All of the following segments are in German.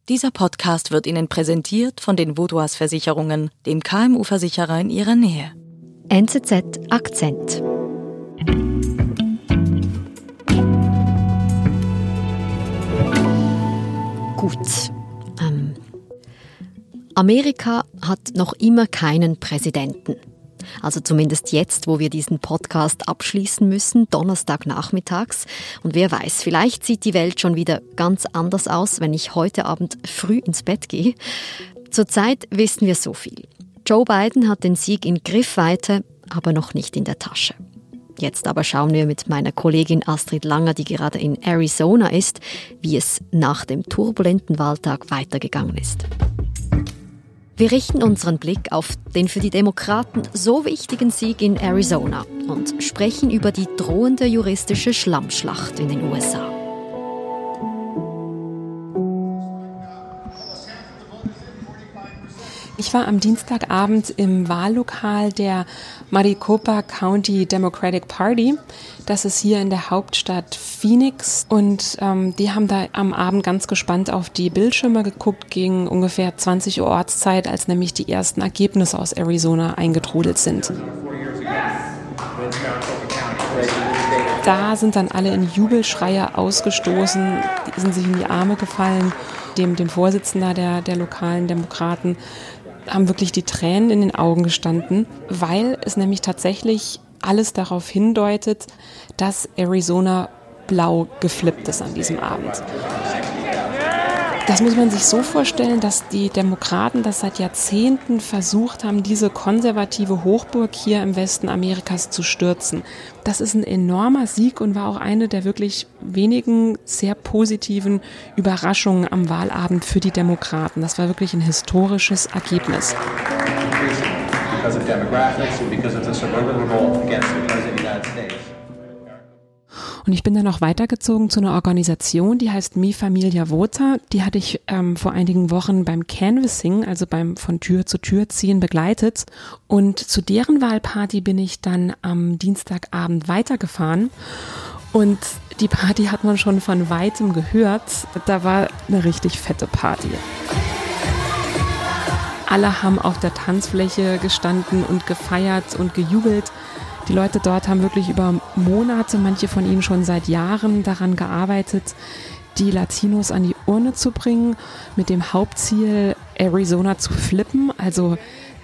Dieser Podcast wird Ihnen präsentiert von den Vaudoise Versicherungen, dem KMU-Versicherer in Ihrer Nähe. NZZ Akzent. Gut. Amerika hat noch immer keinen Präsidenten. Also zumindest jetzt, wo wir diesen Podcast abschließen müssen, Donnerstagnachmittags. Und wer weiß, vielleicht sieht die Welt schon wieder ganz anders aus, wenn ich heute Abend früh ins Bett gehe. Zurzeit wissen wir so viel. Joe Biden hat den Sieg in Griffweite, aber noch nicht in der Tasche. Jetzt aber schauen wir mit meiner Kollegin Astrid Langer, die gerade in Arizona ist, wie es nach dem turbulenten Wahltag weitergegangen ist. Wir richten unseren Blick auf den für die Demokraten so wichtigen Sieg in Arizona und sprechen über die drohende juristische Schlammschlacht in den USA. Ich war am Dienstagabend im Wahllokal der Maricopa County Democratic Party. Das ist hier in der Hauptstadt Phoenix. Und die haben da am Abend ganz gespannt auf die Bildschirme geguckt, gegen ungefähr 20 Uhr Ortszeit, als nämlich die ersten Ergebnisse aus Arizona eingetrudelt sind. Da sind dann alle in Jubelschreie ausgestoßen, die sind sich in die Arme gefallen. Dem Vorsitzender der lokalen Demokraten haben wirklich die Tränen in den Augen gestanden, weil es nämlich tatsächlich alles darauf hindeutet, dass Arizona blau geflippt ist an diesem Abend. Das muss man sich so vorstellen, dass die Demokraten das seit Jahrzehnten versucht haben, diese konservative Hochburg hier im Westen Amerikas zu stürzen. Das ist ein enormer Sieg und war auch eine der wirklich wenigen sehr positiven Überraschungen am Wahlabend für die Demokraten. Das war wirklich ein historisches Ergebnis. Und ich bin dann noch weitergezogen zu einer Organisation, die heißt Mi Familia Vota. Die hatte ich vor einigen Wochen beim Canvassing, also beim von Tür zu Tür ziehen, begleitet. Und zu deren Wahlparty bin ich dann am Dienstagabend weitergefahren. Und die Party hat man schon von Weitem gehört. Da war eine richtig fette Party. Alle haben auf der Tanzfläche gestanden und gefeiert und gejubelt. Die Leute dort haben wirklich über Monate, manche von ihnen schon seit Jahren daran gearbeitet, die Latinos an die Urne zu bringen, mit dem Hauptziel, Arizona zu flippen, also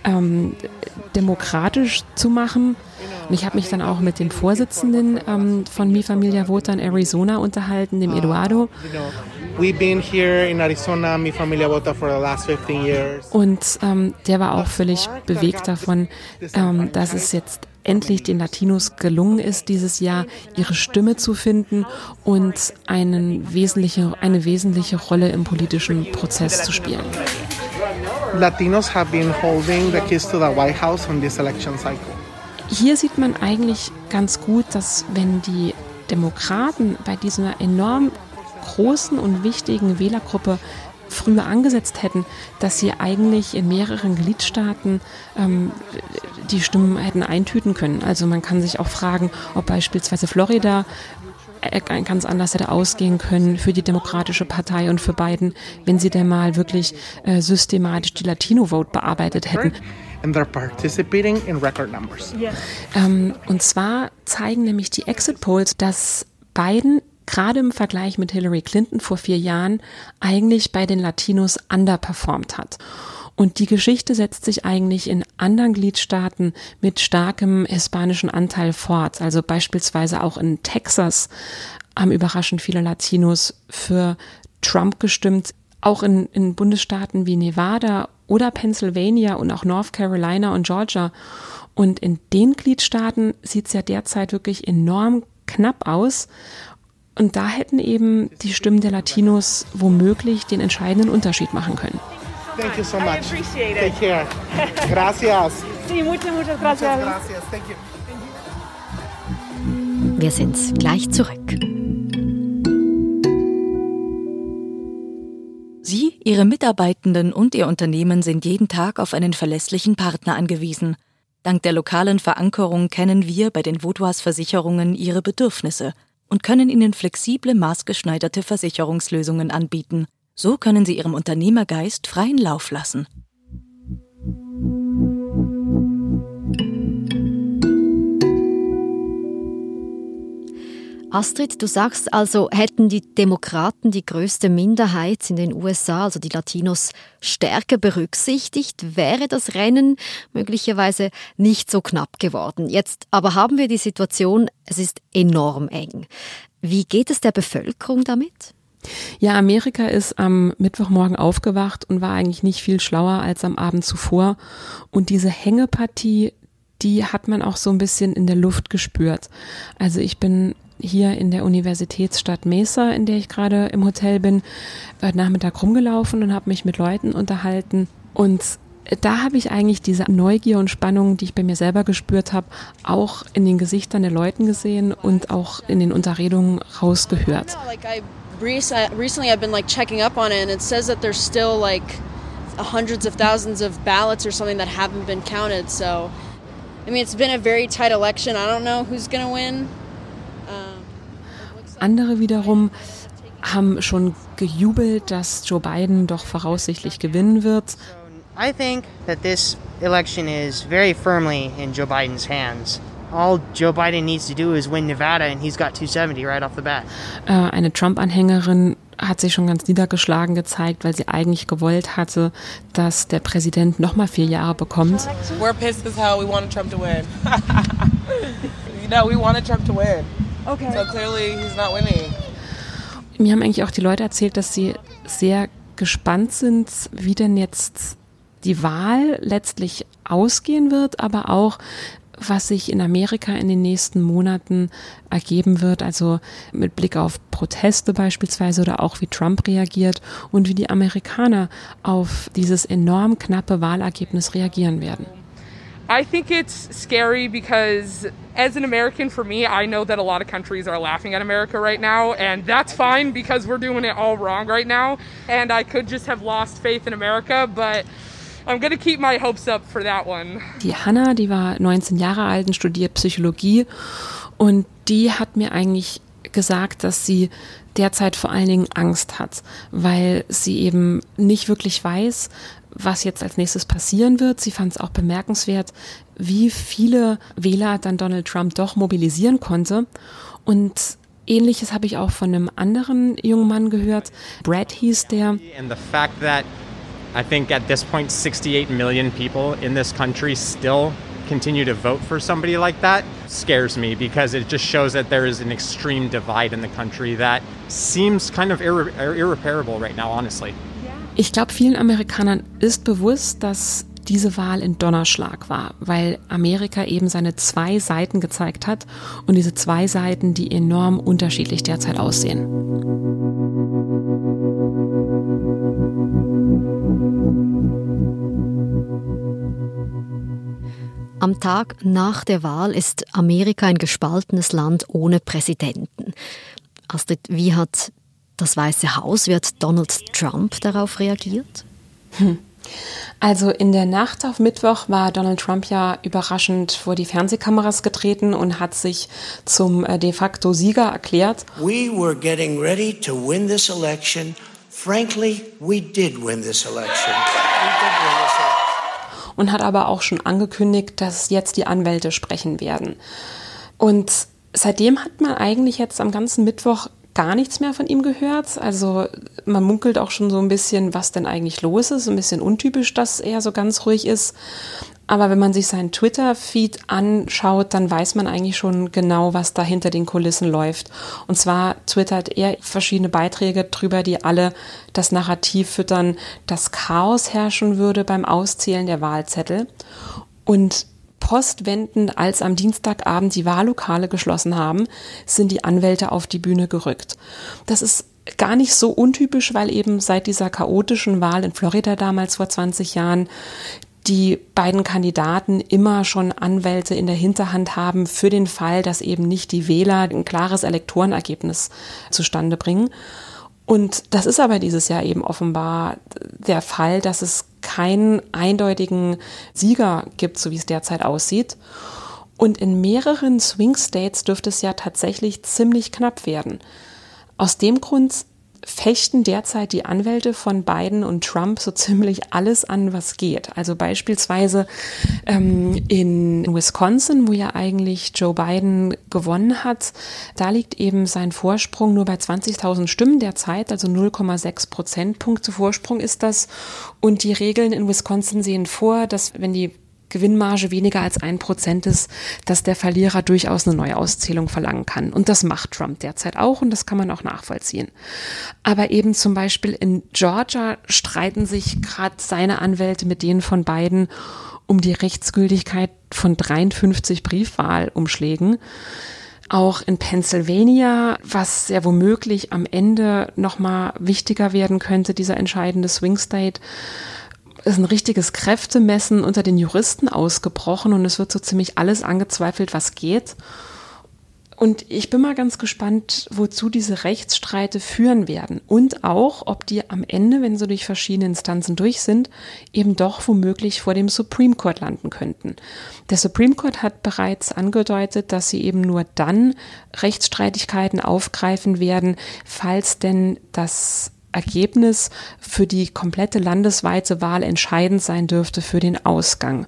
demokratisch zu machen. Und ich habe mich dann auch mit dem Vorsitzenden von Mi Familia Vota in Arizona unterhalten, dem Eduardo. We've been here in Arizona, Mi Familia Vota, for the last 15 years. Und der war auch völlig bewegt davon, dass es jetzt endlich den Latinos gelungen ist, dieses Jahr ihre Stimme zu finden und eine wesentliche Rolle im politischen Prozess zu spielen. Latinos have been holding the keys to the White House on this election cycle. Hier sieht man eigentlich ganz gut, dass wenn die Demokraten bei dieser enorm großen und wichtigen Wählergruppe früher angesetzt hätten, dass sie eigentlich in mehreren Gliedstaaten die Stimmen hätten eintüten können. Also man kann sich auch fragen, ob beispielsweise Florida ganz anders hätte ausgehen können für die Demokratische Partei und für Biden, wenn sie denn mal wirklich systematisch die Latino-Vote bearbeitet hätten. And they're participating in record numbers. Und zwar zeigen nämlich die Exit-Polls, dass Biden gerade im Vergleich mit Hillary Clinton vor 4 Jahren eigentlich bei den Latinos underperformt hat. Und die Geschichte setzt sich eigentlich in anderen Gliedstaaten mit starkem hispanischen Anteil fort. Also beispielsweise auch in Texas haben überraschend viele Latinos für Trump gestimmt. Auch in Bundesstaaten wie Nevada oder Pennsylvania und auch North Carolina und Georgia. Und in den Gliedstaaten sieht es ja derzeit wirklich enorm knapp aus. Und da hätten eben die Stimmen der Latinos womöglich den entscheidenden Unterschied machen können. Thank you so much. Take care. Gracias. Sí, muchas gracias. Gracias. Thank you. Wir sind gleich zurück. Sie, Ihre Mitarbeitenden und Ihr Unternehmen sind jeden Tag auf einen verlässlichen Partner angewiesen. Dank der lokalen Verankerung kennen wir bei den Vaudoise Versicherungen Ihre Bedürfnisse und können Ihnen flexible, maßgeschneiderte Versicherungslösungen anbieten. So können sie ihrem Unternehmergeist freien Lauf lassen. Astrid, du sagst also, hätten die Demokraten die größte Minderheit in den USA, also die Latinos, stärker berücksichtigt, wäre das Rennen möglicherweise nicht so knapp geworden. Jetzt aber haben wir die Situation, es ist enorm eng. Wie geht es der Bevölkerung damit? Ja, Amerika ist am Mittwochmorgen aufgewacht und war eigentlich nicht viel schlauer als am Abend zuvor. Und diese Hängepartie, die hat man auch so ein bisschen in der Luft gespürt. Also ich bin hier in der Universitätsstadt Mesa, in der ich gerade im Hotel bin, heute Nachmittag rumgelaufen und habe mich mit Leuten unterhalten. Und da habe ich eigentlich diese Neugier und Spannung, die ich bei mir selber gespürt habe, auch in den Gesichtern der Leuten gesehen und auch in den Unterredungen rausgehört. Recently I've been checking up on it, and it says that there's still hundreds of thousands of ballots or something that haven't been counted. So, I mean, it's been a very tight election. I don't know who's going to win. Andere wiederum haben schon gejubelt, dass Joe Biden doch voraussichtlich gewinnen wird. I think that this election is very firmly in Joe Biden's hands. All Joe Biden needs to do is win Nevada and he's got 270 right off the bat. Eine Trump-Anhängerin hat sich schon ganz niedergeschlagen gezeigt, weil sie eigentlich gewollt hatte, dass der Präsident nochmal 4 Jahre bekommt. We're pissed as hell. We wanted Trump to win. We wanted Trump to win. Okay. So clearly he's not winning. Mir haben eigentlich auch die Leute erzählt, dass sie sehr gespannt sind, wie denn jetzt die Wahl letztlich ausgehen wird, aber auch, was sich in Amerika in den nächsten Monaten ergeben wird, also mit Blick auf Proteste beispielsweise oder auch wie Trump reagiert und wie die Amerikaner auf dieses enorm knappe Wahlergebnis reagieren werden. I think it's scary because as an American, for me, I know that a lot of countries are laughing at America right now, and that's fine because we're doing it all wrong right now, and I could just have lost faith in America, but I'm gonna keep my hopes up for that one. Die Hannah, die war 19 Jahre alt und studiert Psychologie, und die hat mir eigentlich gesagt, dass sie derzeit vor allen Dingen Angst hat, weil sie eben nicht wirklich weiß, was jetzt als nächstes passieren wird. Sie fand es auch bemerkenswert, wie viele Wähler dann Donald Trump doch mobilisieren konnte. Und Ähnliches habe ich auch von einem anderen jungen Mann gehört. Brad hieß der. And the fact that I think at this point 68 million people in this country still continue to vote for somebody like that scares me because it just shows that there is an extreme divide in the country that seems kind of irreparable right now, honestly. Ich glaube, vielen Amerikanern ist bewusst, dass diese Wahl ein Donnerschlag war, weil Amerika eben seine 2 Seiten gezeigt hat und diese 2 Seiten, die enorm unterschiedlich derzeit aussehen. Am Tag nach der Wahl ist Amerika ein gespaltenes Land ohne Präsidenten. Astrid, wie hat das Weiße Haus, wie hat Donald Trump darauf reagiert? Also in der Nacht auf Mittwoch war Donald Trump ja überraschend vor die Fernsehkameras getreten und hat sich zum de facto Sieger erklärt. We were getting ready to win this election. Frankly, we did win this election. Und hat aber auch schon angekündigt, dass jetzt die Anwälte sprechen werden. Und seitdem hat man eigentlich jetzt am ganzen Mittwoch gar nichts mehr von ihm gehört. Also man munkelt auch schon so ein bisschen, was denn eigentlich los ist. Ein bisschen untypisch, dass er so ganz ruhig ist. Aber wenn man sich seinen Twitter-Feed anschaut, dann weiß man eigentlich schon genau, was da hinter den Kulissen läuft. Und zwar twittert er verschiedene Beiträge drüber, die alle das Narrativ füttern, dass Chaos herrschen würde beim Auszählen der Wahlzettel. Und postwendend, als am Dienstagabend die Wahllokale geschlossen haben, sind die Anwälte auf die Bühne gerückt. Das ist gar nicht so untypisch, weil eben seit dieser chaotischen Wahl in Florida damals vor 20 Jahren die beiden Kandidaten immer schon Anwälte in der Hinterhand haben für den Fall, dass eben nicht die Wähler ein klares Elektorenergebnis zustande bringen. Und das ist aber dieses Jahr eben offenbar der Fall, dass es keinen eindeutigen Sieger gibt, so wie es derzeit aussieht. Und in mehreren Swing States dürfte es ja tatsächlich ziemlich knapp werden. Aus dem Grund fechten derzeit die Anwälte von Biden und Trump so ziemlich alles an, was geht. Also beispielsweise in Wisconsin, wo ja eigentlich Joe Biden gewonnen hat, da liegt eben sein Vorsprung nur bei 20.000 Stimmen derzeit, also 0,6 Prozentpunkte Vorsprung ist das. Und die Regeln in Wisconsin sehen vor, dass wenn die Gewinnmarge weniger als 1% ist, dass der Verlierer durchaus eine Neuauszählung verlangen kann. Und das macht Trump derzeit auch und das kann man auch nachvollziehen. Aber eben zum Beispiel in Georgia streiten sich gerade seine Anwälte mit denen von Biden um die Rechtsgültigkeit von 53 Briefwahlumschlägen. Auch in Pennsylvania, was sehr womöglich am Ende nochmal wichtiger werden könnte, dieser entscheidende Swing State, ist ein richtiges Kräftemessen unter den Juristen ausgebrochen und es wird so ziemlich alles angezweifelt, was geht. Und ich bin mal ganz gespannt, wozu diese Rechtsstreite führen werden und auch, ob die am Ende, wenn sie durch verschiedene Instanzen durch sind, eben doch womöglich vor dem Supreme Court landen könnten. Der Supreme Court hat bereits angedeutet, dass sie eben nur dann Rechtsstreitigkeiten aufgreifen werden, falls denn das Ergebnis für die komplette landesweite Wahl entscheidend sein dürfte für den Ausgang.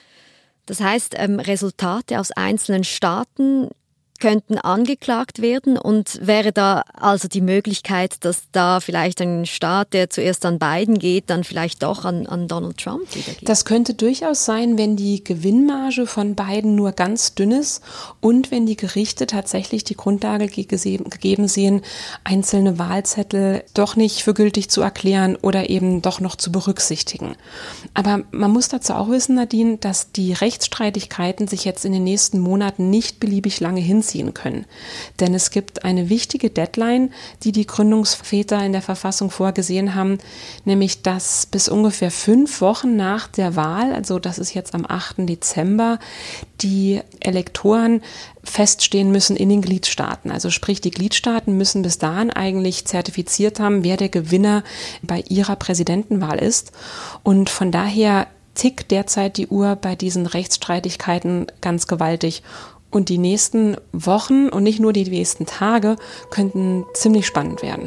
Das heißt, Resultate aus einzelnen Staaten könnten angeklagt werden und wäre da also die Möglichkeit, dass da vielleicht ein Staat, der zuerst an Biden geht, dann vielleicht doch an Donald Trump wieder geht? Das könnte durchaus sein, wenn die Gewinnmarge von Biden nur ganz dünn ist und wenn die Gerichte tatsächlich die Grundlage gegeben sehen, einzelne Wahlzettel doch nicht für gültig zu erklären oder eben doch noch zu berücksichtigen. Aber man muss dazu auch wissen, Nadine, dass die Rechtsstreitigkeiten sich jetzt in den nächsten Monaten nicht beliebig lange hinziehen können. Denn es gibt eine wichtige Deadline, die die Gründungsväter in der Verfassung vorgesehen haben, nämlich dass bis ungefähr 5 Wochen nach der Wahl, also das ist jetzt am 8. Dezember, die Elektoren feststehen müssen in den Gliedstaaten. Also sprich, die Gliedstaaten müssen bis dahin eigentlich zertifiziert haben, wer der Gewinner bei ihrer Präsidentenwahl ist. Und von daher tickt derzeit die Uhr bei diesen Rechtsstreitigkeiten ganz gewaltig. Und die nächsten Wochen und nicht nur die nächsten Tage könnten ziemlich spannend werden.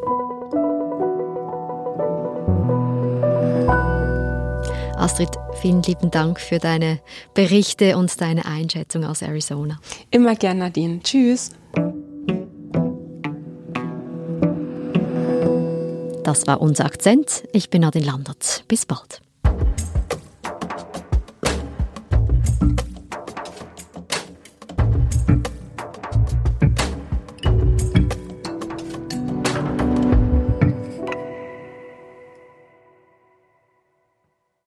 Astrid, vielen lieben Dank für deine Berichte und deine Einschätzung aus Arizona. Immer gern, Nadine. Tschüss. Das war unser Akzent. Ich bin Nadine Landert. Bis bald.